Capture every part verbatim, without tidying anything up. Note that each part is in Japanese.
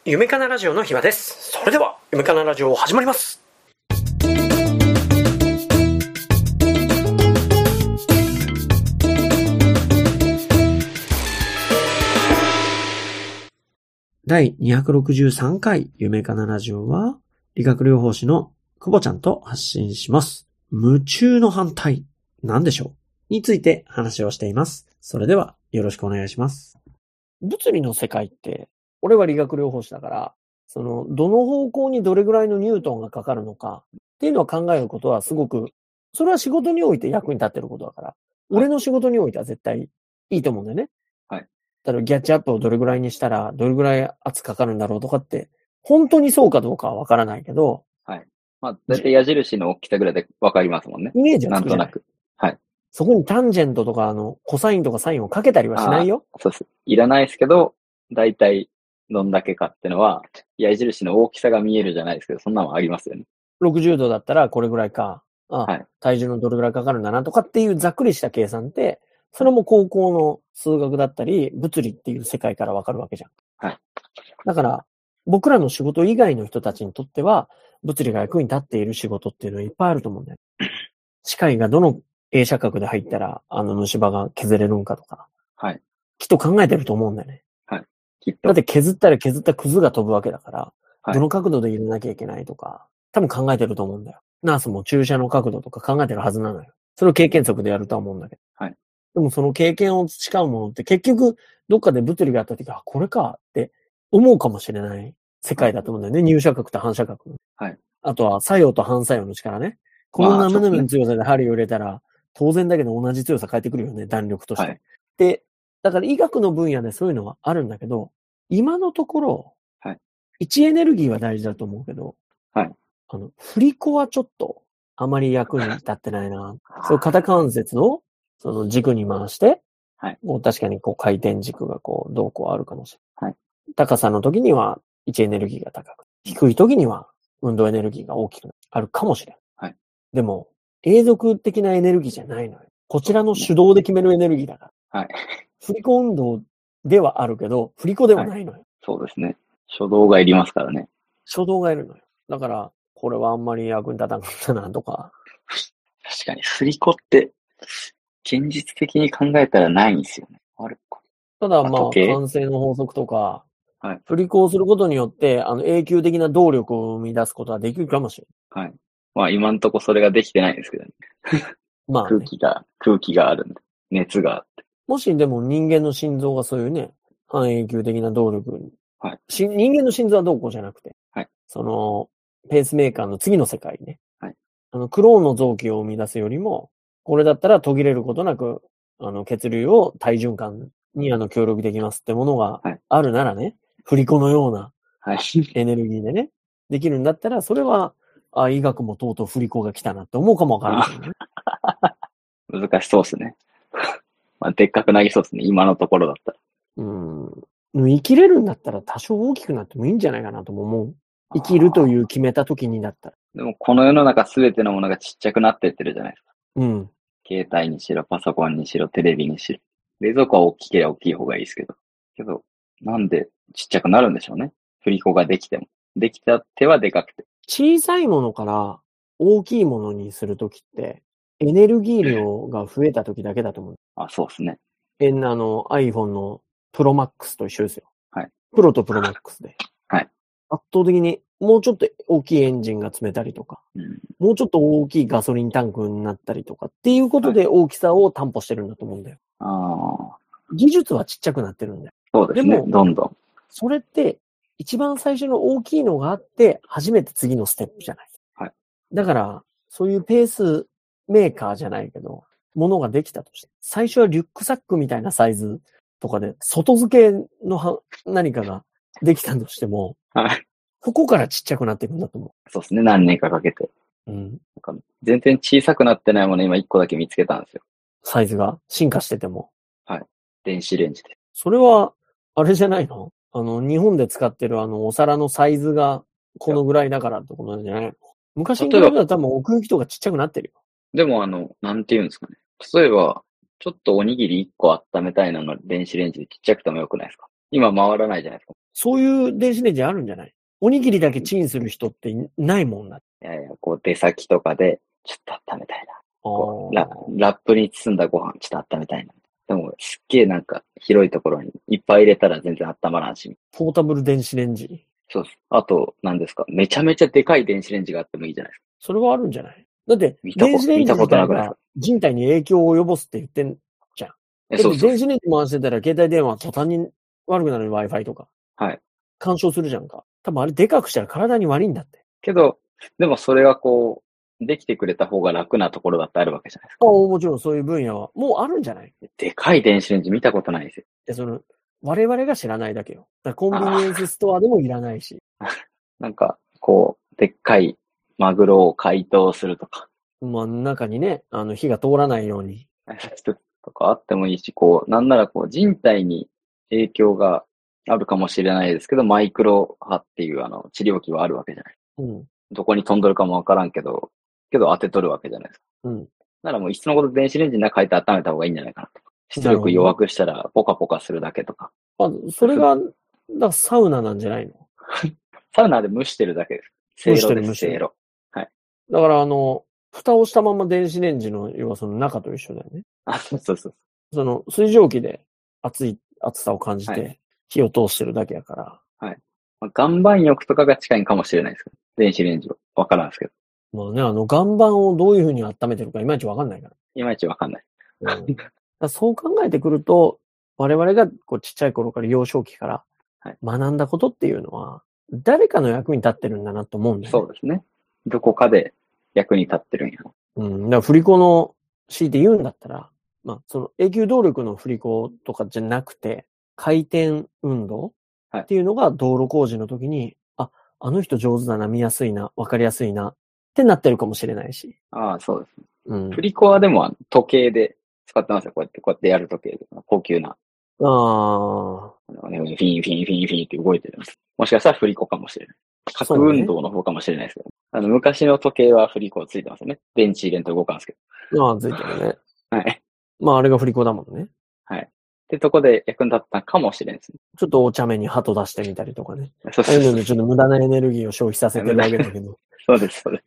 夢かなラジオの暇です。それでは夢かなラジオ始まります。だいにひゃくろくじゅうさんかい夢かなラジオは理学療法士の久保ちゃんと発信します。夢中の反対なんでしょうについて話をしています。それではよろしくお願いします。物理の世界って俺は理学療法士だからそのどの方向にどれぐらいのニュートンがかかるのかっていうのを考えることはすごくそれは仕事において役に立ってることだから、はい、俺の仕事においては絶対いいと思うんだよね。 はい。 例えばギャッチアップをどれぐらいにしたらどれぐらい圧かかるんだろうとかって本当にそうかどうかはわからないけど、 はい。まあだいたい矢印の大きさぐらいでわかりますもんね。 イメージはつくじゃない。 なんとなく。はい。 そこにタンジェントとかあのコサインとかサインをかけたりはしないよ。 そうです。いらないですけど、だいたいどんだけかってのは矢印の大きさが見えるじゃないですけど、そんなのありますよね。 ろくじゅうどだったらこれぐらいか。あ、はい、体重のどれぐらいかかるんだなとかっていうざっくりした計算って、それも高校の数学だったり、物理っていう世界からわかるわけじゃん。 はい。 だから、僕らの仕事以外の人たちにとっては、物理が役に立っている仕事っていうのはいっぱいあると思うんだよ。歯科医がどの映写角で入ったら、あの虫歯が削れるんかとか。 はい。 きっと考えてると思うんだよね。 はい。きっと。 だって削ったら削ったクズが飛ぶわけだから、 はい、どの角度で入れなきゃいけないとか、多分考えてると思うんだよ。ナースも注射の角度とか考えてるはずなのよ。それを経験則でやるとは思うんだけど。 はい。 でもその経験を培うものって結局どっかで物理があった時はこれかって思うかもしれない世界だと思うんだよね。入射角と反射角。 はい。 あとは作用と反作用の力ね。この生々の強さで針を入れたら当然だけど同じ強さ返ってくるよね。弾力として。はい、で、だから医学の分野でそういうのはあるんだけど、今のところ、 はい、 位置エネルギーは大事だと思うけど、 はい。 あの、振り子はちょっと、あまり役に立ってないな。そう、肩関節を、その軸に回して、 はい。 もう確かにこう回転軸がこう、どうこうあるかもしれない。はい。 高さの時には位置エネルギーが高く、低い時には運動エネルギーが大きくあるかもしれない。 はい。 でも、永続的なエネルギーじゃないのよ。こちらの手動で決めるエネルギーだから。 はい。 振り子運動ではあるけど、振り子ではないのよ。はい、 そうですね。初動がいりますからね。 初動がいるのよ。だから、これはあんまり役に立たなかったなとか。 確かに、振り子って、現実的に考えたらないんですよね。あるか。 ただまあ、慣性の法則とか、 はい、 振り子をすることによって、あの、永久的な動力を生み出すことはできるかもしれない。はい。まあ、今んとこそれができてないんですけどね。まあ、ね、空気が、空気があるんで、熱があって。 もしでも人間の心臓がそういうね、半永久的な動力に。 はい。 人間の心臓はどうこうじゃなくて。 はい。 その、ペースメーカーの次の世界ね。 はい。 あの、クローンの臓器を生み出すよりも、これだったら途切れることなく、あの、血流を体循環にあの、協力できますってものがあるならね、はい、振り子のような、エネルギーでね、できるんだったら、それは、あ、医学もとうとう振り子が来たなって思うかもわからない、ね。 難しそうですね。まあ、でっかくなりそうですね、今のところだったら。 うん。生きれるんだったら多少大きくなってもいいんじゃないかなとも思う。生きるという決めた時にだったら。 でもこの世の中すべてのものがちっちゃくなってってるじゃないですか。 うん。 携帯にしろ、パソコンにしろ、テレビにしろ。冷蔵庫は大きければ大きい方がいいですけど。けど、なんでちっちゃくなるんでしょうね。振り子ができても。できた手はでかくて。 小さいものから大きいものにするときって、エネルギー量が増えたときだけだと思う。 あ、そうですね。 え、あの、iPhone のプロマックスと一緒ですよ。 はい。 プロとプロマックスで。 はい。 圧倒的にもうちょっと大きいエンジンが積めたりとか、 うん、 もうちょっと大きいガソリンタンクになったりとかっていうことで大きさを担保してるんだと思うんだよ。 はい、 技術はちっちゃくなってるんだよ。 そうですね。でも、どんどん。 それって一番最初の大きいのがあって初めて次のステップじゃない。 はい。 だから、そういうペースメーカーじゃないけど、ものができたとして、最初はリュックサックみたいなサイズとかで、外付けのは何かができたとしても、 はい。 ここからちっちゃくなっていくんだと思う。 そうですね。何年かかけて。 うん。 なんか全然小さくなってないもの今いっこだけ見つけたんですよ。 サイズが進化してても。 はい。電子レンジで。 それは、あれじゃないの？あの、日本で使ってるあの、お皿のサイズがこのぐらいだからってことなんじゃないの？昔に比べたら多分奥行きとかちっちゃくなってるよ。 でもあの、なんて言うんですかね。例えば、ちょっとおにぎりいっこ温めたいなの電子レンジでちっちゃくてもよくないですか？ 今回らないじゃないですか。 そういう電子レンジあるんじゃない？おにぎりだけチンする人っていないもんな。 いやいや、こう出先とかで、ちょっと温めたいな。こうラあラップに包んだご飯ちょっと温めたいな。でも、すっげえなんか広いところにいっぱい入れたら全然温まらんし。 ポータブル電子レンジ。 そうです。あと、何ですか。めちゃめちゃでかい電子レンジがあってもいいじゃないですか。 それはあるんじゃない？だって、 見たこ電子レンジ見た自体ことなくないですが人体に影響を及ぼすって言ってんじゃん。 え、 だってそうそう電子レンジ回してたら携帯電話途端に悪くなる Wi-Fi とか。 はい。 干渉するじゃんか。多分あれでかくしたら体に悪いんだって。 けど、でもそれがこう、できてくれた方が楽なところだってあるわけじゃないですか。 ああ、もちろんそういう分野はもうあるんじゃない？ でかい電子レンジ見たことないですよ。 で、その、我々が知らないだけよ。だからコンビニエンスストアでもいらないし。 なんか、こう、でっかいマグロを解凍するとか。 まあ、中にね、あの、火が通らないように。 とかあってもいいし、こう、なんならこう、人体に影響があるかもしれないですけど、マイクロ波っていうあの、治療器はあるわけじゃない。 うん。 どこに飛んどるかもわからんけど、けど当てとるわけじゃないですか。 うん。 ならもういっそのこと電子レンジの中入って温めた方がいいんじゃないかなと。出力弱くしたらポカポカするだけとか。 あ、それが、だからサウナなんじゃないの？ サウナで蒸してるだけです。せいろです、せいろ。はい。 だからあの、蓋をしたまま電子レンジの、要はその中と一緒だよね。 あ、そうそうそう。 その水蒸気で熱い、熱さを感じはて火を通してるだけやから。 はい。まあ、岩盤浴とかが近いかもしれないですけど。電子レンジは。わからんですけど。 まあね、あの岩盤をどういう風に温めてるかいまいちわかんないから。 いまいちわかんない。 うん、だからそう考えてくると、我々がこうちっちゃい頃から幼少期から学んだことっていうのは、誰かの役に立ってるんだなと思うんだよね。 そうですね。どこかで役に立ってるんや。 うん。だから振り子の強いて言うんだったら、まあ、その永久動力の振り子とかじゃなくて、回転運動っていうのが道路工事の時に、はい、あ、あの人上手だな、見やすいな、わかりやすいなってなってるかもしれないし。 ああ、そうですね。 うん。 振り子はでも時計で使ってますよ。こうやって、こうやってやる時計で。高級な。 ああ。 あのね、フィンフィンフィンフィンって動いてるんです。もしかしたら振り子かもしれない。核運動の方かもしれないですけど、ね、あの、昔の時計は振り子ついてますよね。電池入れんと動かんすけど。ああ、ついてるね。 はい。 まあ、あれが振り子だもんね。 はい。ってとこで役に立ったかもしれないですね。 ちょっとお茶目に鳩出してみたりとかね。 そうそうそう。 そういうのでちょっと無駄なエネルギーを消費させてるわけだけど。 そうです、そうです。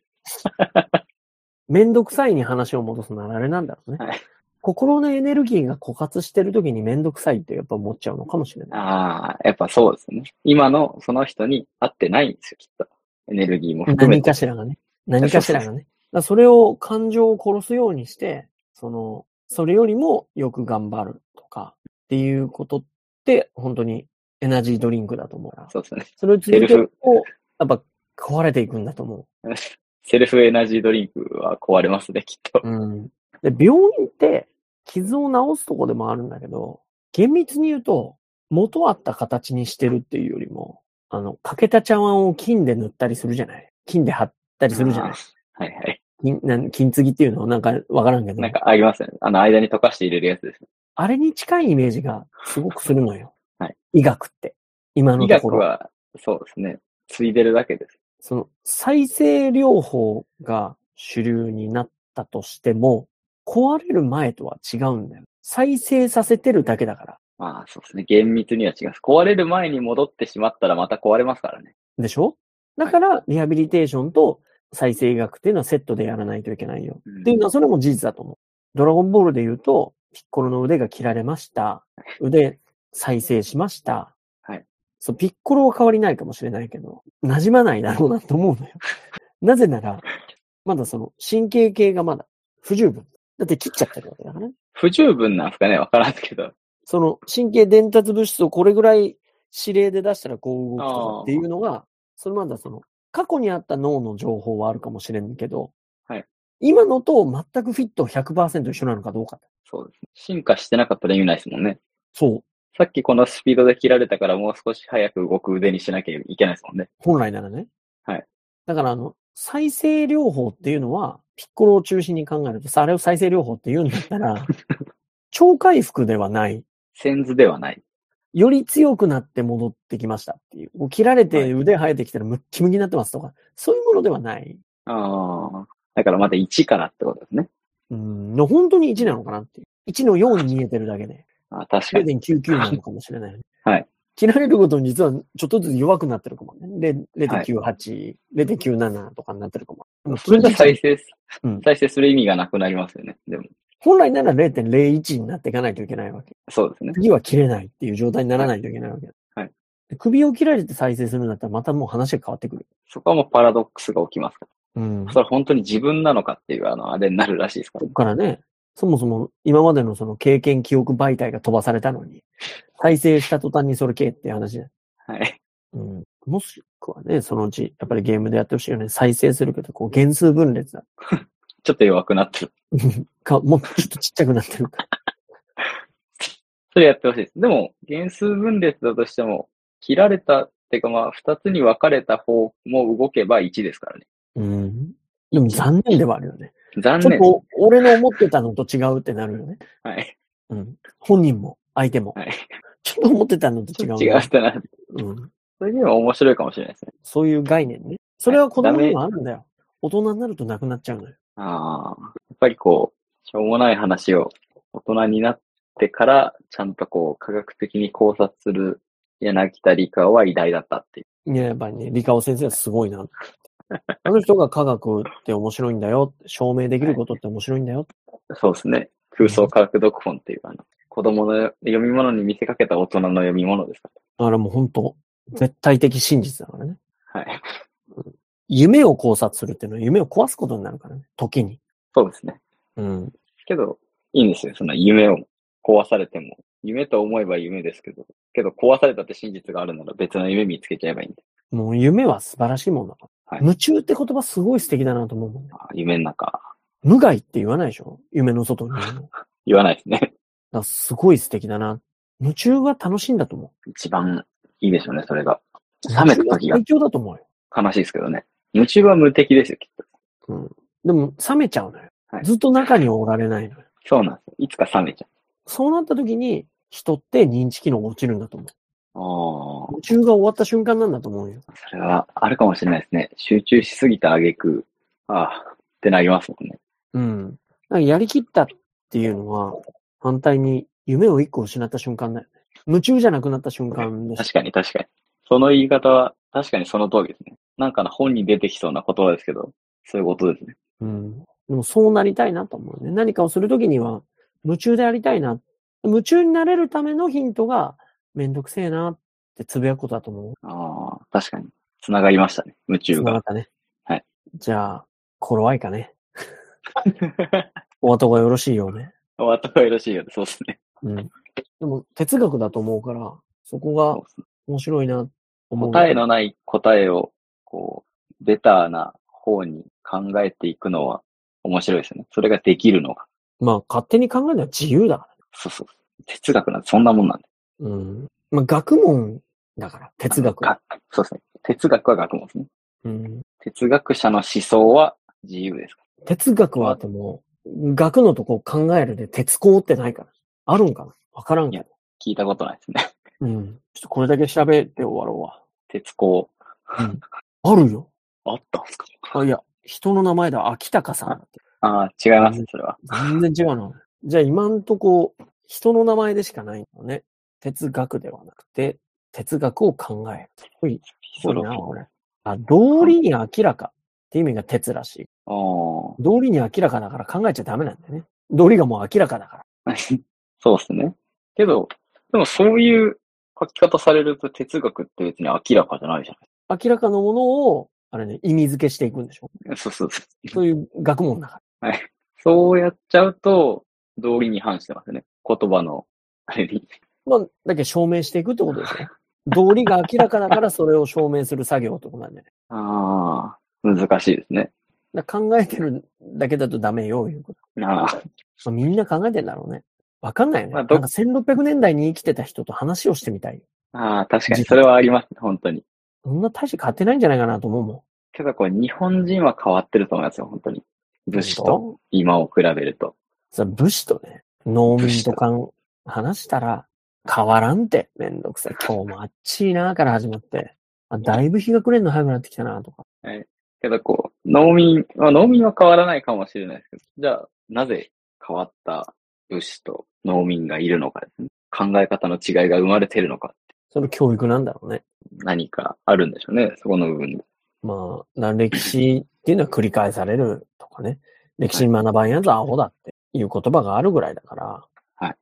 めんどくさいに話を戻すならあれなんだろうね。 はい。 心のエネルギーが枯渇してる時にめんどくさいってやっぱ思っちゃうのかもしれない。 ああ、やっぱそうですね。今のその人に合ってないんですよ、きっと。エネルギーも含めて。 何かしらがね。何かしらがね。だそれを感情を殺すようにして、その、それよりもよく頑張るとかっていうことって本当にエナジードリンクだと思うから。 そうですね。 それを続けると、やっぱ壊れていくんだと思う。 セルフエナジードリンクは壊れますね、きっと。 うん。で、病院って傷を治すとこでもあるんだけど、厳密に言うと、元あった形にしてるっていうよりも、あの、欠けた茶碗を金で塗ったりするじゃない？金で貼ったりするじゃない？ はいはい。 金、なん、金継ぎっていうのなんかわからんけど。 なんかありますね。あの、間に溶かして入れるやつですね。 あれに近いイメージがすごくするのよ。 はい。 医学って。今のところ。 医学は、そうですね。ついでるだけです。 その、再生療法が主流になったとしても、壊れる前とは違うんだよ。再生させてるだけだから。 まあ、そうですね。厳密には違います。壊れる前に戻ってしまったらまた壊れますからね。 でしょ？だから、リハビリテーションと再生医学っていうのはセットでやらないといけないよ。うん、っていうのは、それも事実だと思う。ドラゴンボールで言うと、ピッコロの腕が切られました。腕再生しました。 はい。 そう、ピッコロは変わりないかもしれないけど、馴染まないだろうなと思うのよ。なぜなら、まだその神経系がまだ不十分。だって切っちゃってるわけだからね。 不十分なんですかね？わからんけど。 その神経伝達物質をこれぐらい指令で出したらこう動くとかっていうのが、それまだその過去にあった脳の情報はあるかもしれんけど、 はい。 今のと全くフィット ひゃくパーセント 一緒なのかどうか。 そうですね。進化してなかったら意味ないですもんね。 そう。 さっきこのスピードで切られたからもう少し早く動く腕にしなきゃいけないですもんね。 本来ならね。 はい。 だからあの、再生療法っていうのは、ピッコロを中心に考えるとさ、あれを再生療法って言うんだったら、超回復ではない。 先図ではない。 より強くなって戻ってきましたっていう。もう切られて腕生えてきたらムッキムキになってますとか、そういうものではない。 ああ。だからまだいちからってことですね。 うん。本当にいちなのかなっていう。いちのよんに見えてるだけで。 あ、確かに。 ゼロてんきゅうきゅう なのかもしれない、ね。 はい。 切られるごとに実はちょっとずつ弱くなってるかもね。で、れいてんきゅうはち、れいてんきゅうななとかになってるかも。もうそれじゃ再生す、 うん、 再生する意味がなくなりますよね。でも。 本来なら れいてんれいいち になっていかないといけないわけ。 そうですね。 次は切れないっていう状態にならないといけないわけ。 はい。 首を切られて再生するんだったらまたもう話が変わってくる。 そこはもうパラドックスが起きますから。 うん。 それ本当に自分なのかっていう、あの、あれになるらしいですから、 ね。そっからね、そもそも今までのその経験記憶媒体が飛ばされたのに、再生した途端にそれ系っていう話だ。 はい。 うん。もしくはね、そのうち、やっぱりゲームでやってほしいよね。再生するけど、こう、原数分裂だ。 ちょっと弱くなってる。 か、もうちょっとちっちゃくなってるか。 それやってほしいです。でも、原数分裂だとしても、切られたっていうかまあ、二つに分かれた方も動けばいちですからね。 うん。でも残念ではあるよね。 残念。 ちょっと、俺の思ってたのと違うってなるよね。 はい。 うん。本人も、相手も。 はい。 ちょっと思ってたのと違う、 ね。違うってなる。 うん。 そういう意味は面白いかもしれないですね。 そういう概念ね。それは子供にはあるんだよ。大人になるとなくなっちゃうのよ。 ああ。やっぱりこう、しょうもない話を大人になってから、ちゃんとこう、科学的に考察する柳田理香は偉大だったっていう。 いや、やっぱりね、理香尾先生はすごいな。あの人が科学って面白いんだよ。証明できることって面白いんだよ。 はい、そうですね。空想科学読本っていう、あの、子供の読み物に見せかけた大人の読み物ですから。 あれもう本当、絶対的真実だからね。 はい。 夢を考察するっていうのは夢を壊すことになるからね。時に。 そうですね。 うん。 けど、いいんですよ。そんな夢を壊されても。夢と思えば夢ですけど。けど、壊されたって真実があるなら別の夢見つけちゃえばいいんで。 もう夢は素晴らしいもんだから。はい、夢中って言葉すごい素敵だなと思うもんね。 あ、夢の中。 無害って言わないでしょ？夢の外にいるの。 言わないですね。だからすごい素敵だな。夢中が楽しいんだと思う。一番いいでしょうね、それが。冷めた時が。 最強だと思うよ。 悲しいですけどね。夢中は無敵ですよ、きっと。 うん。でも、冷めちゃうのよ。はい、ずっと中におられないのよ。 そうなんですよ。いつか冷めちゃう。 そうなった時に、人って認知機能が落ちるんだと思う。 ああ。 夢中が終わった瞬間なんだと思うよ。 それはあるかもしれないですね。集中しすぎた挙句、ああ、ってなりますもんね。 うん。なんかやりきったっていうのは、反対に夢を一個失った瞬間だよね。夢中じゃなくなった瞬間です。 確かに確かに。その言い方は確かにその通りですね。なんかの本に出てきそうな言葉ですけど、そういうことですね。 うん。でもそうなりたいなと思うね。何かをするときには、夢中でやりたいな。夢中になれるためのヒントが、めんどくせえなってつぶやくことだと思う。 ああ、確かに。繋がりましたね。夢中が。 繋がったね。 はい。 じゃあ、頃合いかね。お後がよろしいようね。 お後がよろしいようで、そうですね。 うん。でも、哲学だと思うから、そこが面白いなと思う。 答えのない答えを、こう、ベターな方に考えていくのは面白いですよね。それができるのが。 まあ、勝手に考えるのは自由だから、ね。 そうそう。哲学なんてそんなもんなんで。 うん。まあ、学問だから、哲学は。 そうですね。哲学は学問ですね。 うん。 哲学者の思想は自由ですか？ 哲学はでも、学のとこ考えるで哲考ってないから。あるんかな？わからんけど。 聞いたことないですね。 うん。ちょっとこれだけ調べて終わろうわ。 哲考。 うん。あるよ。 あったんですか？ あ、いや、人の名前だ。秋高さんだって。 ああ、違いますね、それは。 全然違うな。じゃあ今んとこ、人の名前でしかないのね。哲学ではなくて、哲学を考える。ほい、ほいな、俺。あ、道理に明らかって意味が哲らしい。 ああ。 道理に明らかだから考えちゃダメなんだよね。道理がもう明らかだから。 そうですね。けど、でもそういう書き方されると哲学って別に明らかじゃないじゃない。明らかなものを、あれね、意味付けしていくんでしょ。 そうそうそう。 そういう学問だから。 はい。そうやっちゃうと、道理に反してますね。言葉の、あれに。 まあ、だけ証明していくってことでしょ。道理が明らかだからそれを証明する作業ってことなんじゃない？ ああ、難しいですね。 だ考えてるだけだとダメよ、いうこと。 ああ。 まあ、みんな考えてんだろうね。わかんないよね。まあ、なんかせんろっぴゃくねんだいに生きてた人と話をしてみたい。 ああ、確かに。それはありますね、本当に。 そんな大して変わってないんじゃないかなと思うもん。 けどこれ日本人は変わってると思いますよ、本当に。武士と今を比べると。 それ武士とね、農民とか話したら変わらんってめんどくさい。今日もあっちいなから始まって。あ、だいぶ日が暮れるの早くなってきたなとか。 はい。けどこう、農民、まあ農民は変わらないかもしれないですけど、じゃあなぜ変わった武士と農民がいるのかですね。考え方の違いが生まれているのか。 その教育なんだろうね。 何かあるんでしょうね、そこの部分で。 まあ、な歴史っていうのは繰り返されるとかね。歴史に学ばんやつはアホだっていう言葉があるぐらいだから、 はい。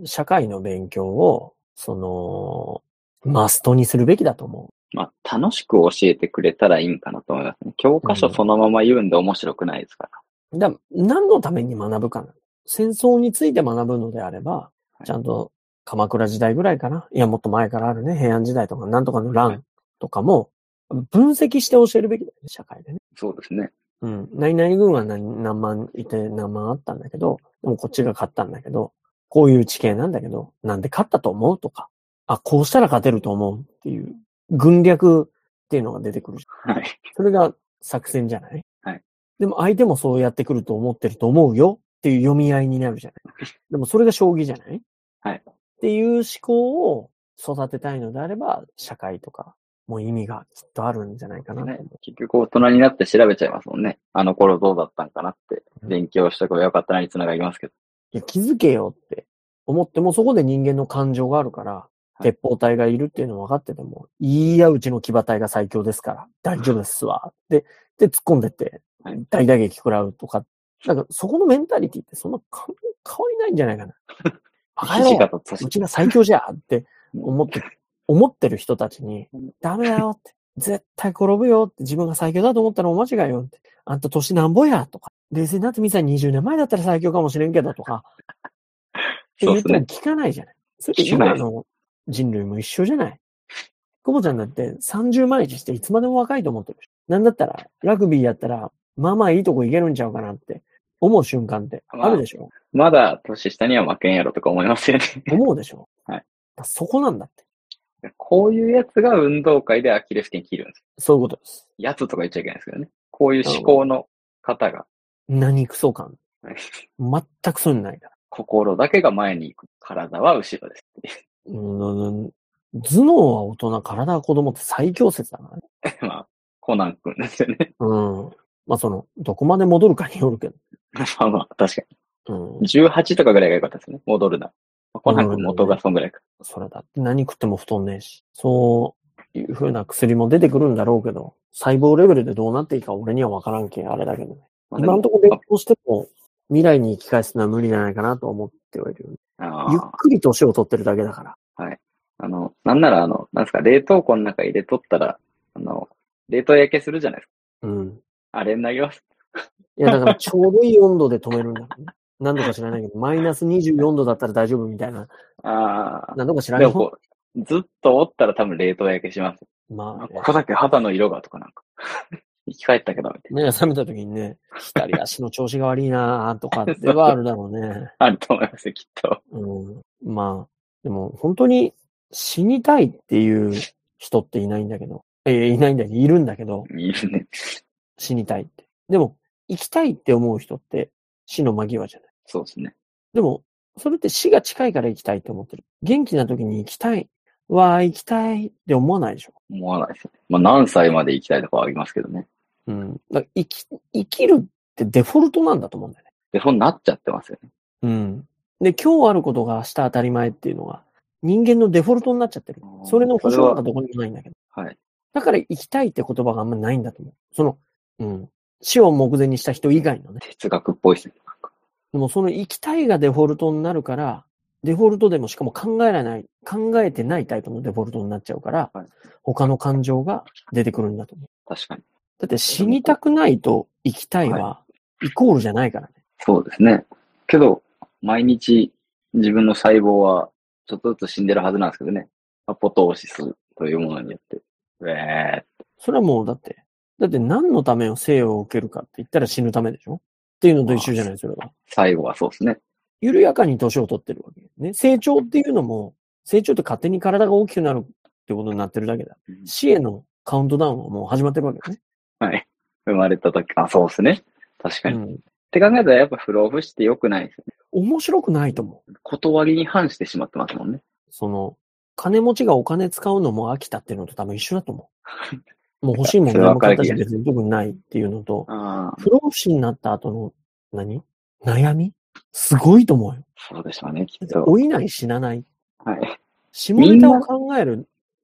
社会の勉強を、その、マストにするべきだと思まあ、楽しく教えてくれたらいいんかなと思いますね。教科書そのまま言うんで面白くないですから。 う。だ何のために学ぶかな。戦争について学ぶのであれば、ちゃんと鎌倉時代ぐらいかな。いや、もっと前からあるね。平安時代とか、なんとかの乱とかも、分析して教えるべきだよね、社会でね。 そうですね。 うん。何々軍は何何万いて何万あったんだけど、でもこっちが勝ったんだけど、こういう地形なんだけど、なんで勝ったと思うとか、あ、こうしたら勝てると思うっていう、軍略っていうのが出てくる。 はい。 それが作戦じゃない？ はい。 でも相手もそうやってくると思ってると思うよっていう読み合いになるじゃない？でもそれが将棋じゃない？ はい。 っていう思考を育てたいのであれば、社会とかも意味がきっとあるんじゃないかなと思う。 ね、結局大人になって調べちゃいますもんね。あの頃どうだったんかなって。勉強しとけばよかったなにつながりますけど。 いや、気づけよって思っても、そこで人間の感情があるから、はい、鉄砲隊がいるっていうの分かってても、いいや、うちの騎馬隊が最強ですから、大丈夫ですわ。で、で、突っ込んでって、大打撃食らうとか、なんかそこのメンタリティってそんな変わりないんじゃないかな。バカ野郎、うちが最強じゃって思って、思ってる人たちに、ダメだよって、絶対転ぶよって、自分が最強だと思ったら大間違いよって、あんた年なんぼやとか、冷静になってみたらにじゅうねんまえだったら最強かもしれんけどとか、って言っても聞かないじゃない。それって今の人類も一緒じゃない。久保ちゃんだってさんじゅうまいにしていつまでも若いと思ってる。なんだったら、ラグビーやったら、まあまあいいとこ行けるんちゃうかなって思う瞬間ってあるでしょ、 まあ、まだ年下には負けんやろとか思いますよね。 思うでしょ。 はい。 そこなんだって。 こういうやつが運動会でアキレス腱切るんです。 そういうことです。 やつとか言っちゃいけないですけどね。こういう思考の方が。 何クソ感。全くそういうのないから。 心だけが前に行く。体は後ろです。 うん頭脳は大人、体は子供って最強説だからね。まあ、コナン君ですよね。 うん。まあその、どこまで戻るかによるけど。 まあまあ、確かに。 うん。 じゅうはちとかぐらいが良かったですね。戻るな。コナン君元がそんぐらいか。 それだって何食っても太んねえし。そういう風な薬も出てくるんだろうけど、細胞レベルでどうなっていいか俺には分からんけん、あれだけどね。まあ、今のところ勉強しても、未来に生き返すのは無理じゃないかなと思ってはいるよね。ゆっくり年を取ってるだけだから。 はい。あの、なんならあの、なんですか、冷凍庫の中入れとったら、あの、冷凍焼けするじゃないですか。 うん。 あれになります。 いや、だからちょうどいい温度で止めるんだろうね。何度か知らないけど、マイナスにじゅうよんどだったら大丈夫みたいな。ああ。何度か知らないけど。 ずっとおったら多分冷凍焼けします。まあ、ね、ここだけ肌の色がとかなんか。生き返ったけど、みたいな。 目が覚めた時にね、左足の調子が悪いなとかってはあるだろうね。 あると思いますよ、きっと。 うん。まあ、でも本当に死にたいっていう人っていないんだけど、え、いないんだけど、いるんだけど。 いるね。 死にたいって。でも、生きたいって思う人って死の間際じゃない。 そうですね。 でも、それって死が近いから生きたいって思ってる。元気な時に生きたい。わー、生きたいって思わないでしょ。 思わないですね。まあ何歳まで生きたいとかはありますけどね。 うん。だ生き、生きるってデフォルトなんだと思うんだよね。 デフォになっちゃってますよね。 うん。で、今日あることが明日当たり前っていうのが、人間のデフォルトになっちゃってる。それの保証なんかどこにもないんだけど。 はい。 だから生きたいって言葉があんまないんだと思う。その、うん。死を目前にした人以外のね。 哲学っぽいですね。 でもその生きたいがデフォルトになるから、デフォルトでもしかも考えられない、考えてないタイプのデフォルトになっちゃうから、はい、他の感情が出てくるんだと思う。 確かに。 だって死にたくないと生きたいはイコールじゃないからね。はい、 そうですね。けど、毎日自分の細胞はちょっとずつ死んでるはずなんですけどね。アポトーシスというものによって。えー、 それはもうだって、だって何のための生を受けるかって言ったら死ぬためでしょっていうのと一緒じゃない、それは。 最後はそうですね。 緩やかに年を取ってるわけね。成長っていうのも、成長って勝手に体が大きくなるってことになってるだけだ。うん、死へのカウントダウンはもう始まってるわけね。 はい。生まれた時、あ、そうですね。確かに。うん、って考えたらやっぱ不老不死って良くないですよね。 面白くないと思う。 断りに反してしまってますもんね。 その、金持ちがお金使うのも飽きたっていうのと多分一緒だと思う。もう欲しいもの何も買ったし別に特にないっていうのと、不老不死になった後の何悩みすごいと思うよ。 そうでしょうね、きっと。 老いない死なない。 はい。 下ネタを考える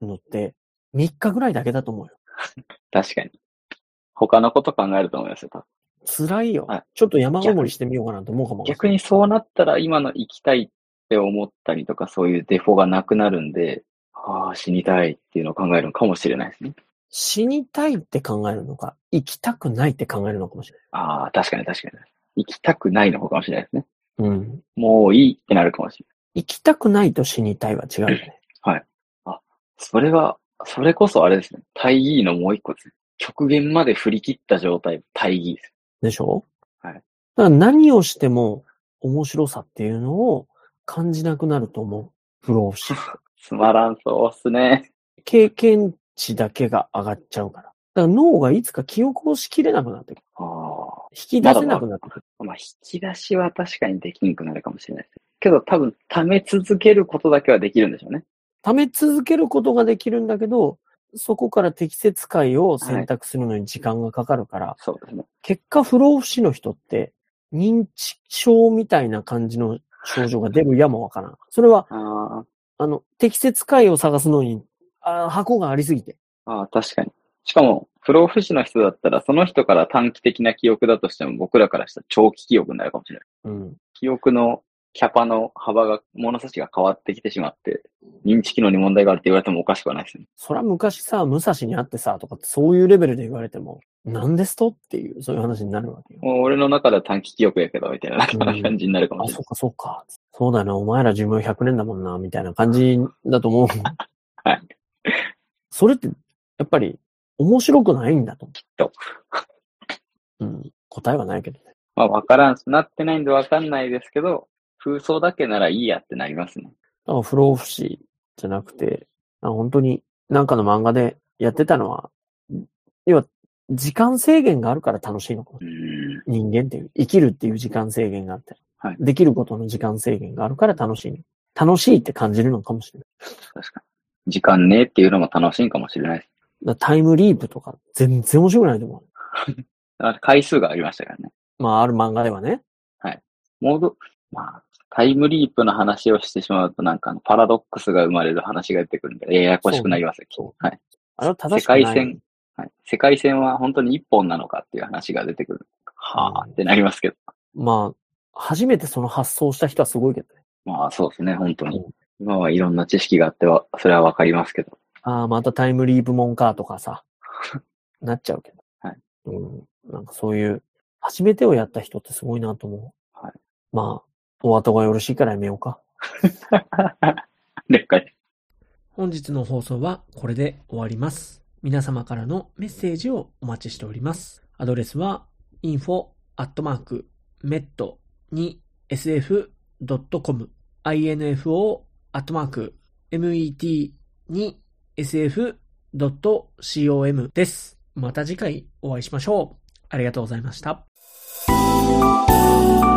のって、みっかぐらいだけだと思うよ。 確かに。他のこと考えると思いますよ、多分。 辛いよ。 はいちょっと山ごもりしてみようかなと思うかも。 逆にそうなったら今の生きたいって思ったりとかそういうデフォがなくなるんで、ああ、死にたいっていうのを考えるのかもしれないですね。 死にたいって考えるのか、生きたくないって考えるのかもしれああ、確かに確かに。生きたくないの方かもしれないですね。 ない。うん。 もういいってなるかもしれ生きたくないと死にたいは違うよね。 ない。はい。あ、それは、それこそあれですね。大義のもう一個ですね。極限まで振り切った状態、大義です。 でしょ？ はい。 だから何をしても面白さっていうのを感じなくなると思う。不老不死。 つまらんそうっすね。 経験値だけが上がっちゃうから。だから脳がいつか記憶をしきれなくなってくる。 ああ。 引き出せなくなってくる。 まあ、引き出しは確かにできんくなるかもしれないです。けど多分、溜め続けることだけはできるんでしょうね。 溜め続けることができるんだけど、そこから適切解を選択するのに時間がかかるから、 そうですね。 結果不老不死の人って認知症みたいな感じの症状が出るやもわからん。それは、 ああの、適切解を探すのに、あ箱がありすぎて。 あ、ああ、確かに。しかも、不老不死の人だったら、その人から短期的な記憶だとしても、僕らからしたら長期記憶になるかもしれない。 うん。 記憶のキャパの幅が、物差しが変わってきてしまって、認知機能に問題があるって言われてもおかしくはないですね。 そら昔さ、武蔵にあってさ、とかってそういうレベルで言われても、何ですとっていう、そういう話になるわけよ。 もう俺の中では短期記憶やけど、みたいな感じになるかもあ、 しれない。 そっかそっか。そうだよな、お前ら寿命ひゃくねんだもんな、みたいな感じだと思う。 はい。 それって、やっぱり、面白くないんだと思う。 きっと。 うん。答えはないけどね。 まあ、わからん、なってないんでわかんないですけど、空想だけならいいやってなりますね。 だから不老不死じゃなくて、あ本当になんかの漫画でやってたのは、要は、時間制限があるから楽しいのかも。 うーん。 人間っていう、生きるっていう時間制限があって、 はい。 できることの時間制限があるから楽しい。楽しいって感じるのかもしれない。 確かに。時間ねっていうのも楽しいかもしれないです。 だタイムリープとか全然面白くないと思う。 あ回数がありましたからね。 まあ、ある漫画ではね。 モード、まあ、タイムリープの話をしてしまうとなんかあのパラドックスが生まれる話が出てくるんで、ややこしくなりますよ。 そうはい。 あれは正世しくない。 界線、はい。世界線は本当に一本なのかっていう話が出てくる。はぁってなりますけど。 まあ、初めてその発想した人はすごいけどね。 まあそうですね、本当にうん。 今はいろんな知識があっては、それはわかりますけど。 ああ、またタイムリープモンかとかさ、なっちゃうけど。 はい。 うん。なんかそういう、初めてをやった人ってすごいなと思う。 はい。 まあ、お後がよろしいからやめようか。 了解。 本日の放送はこれで終わります。皆様からのメッセージをお待ちしております。アドレスは インフォ アットマーク メット に エスエフ ドット コム インフォ アットマーク メット に エスエフ ドット コム です。また次回お会いしましょう。ありがとうございました。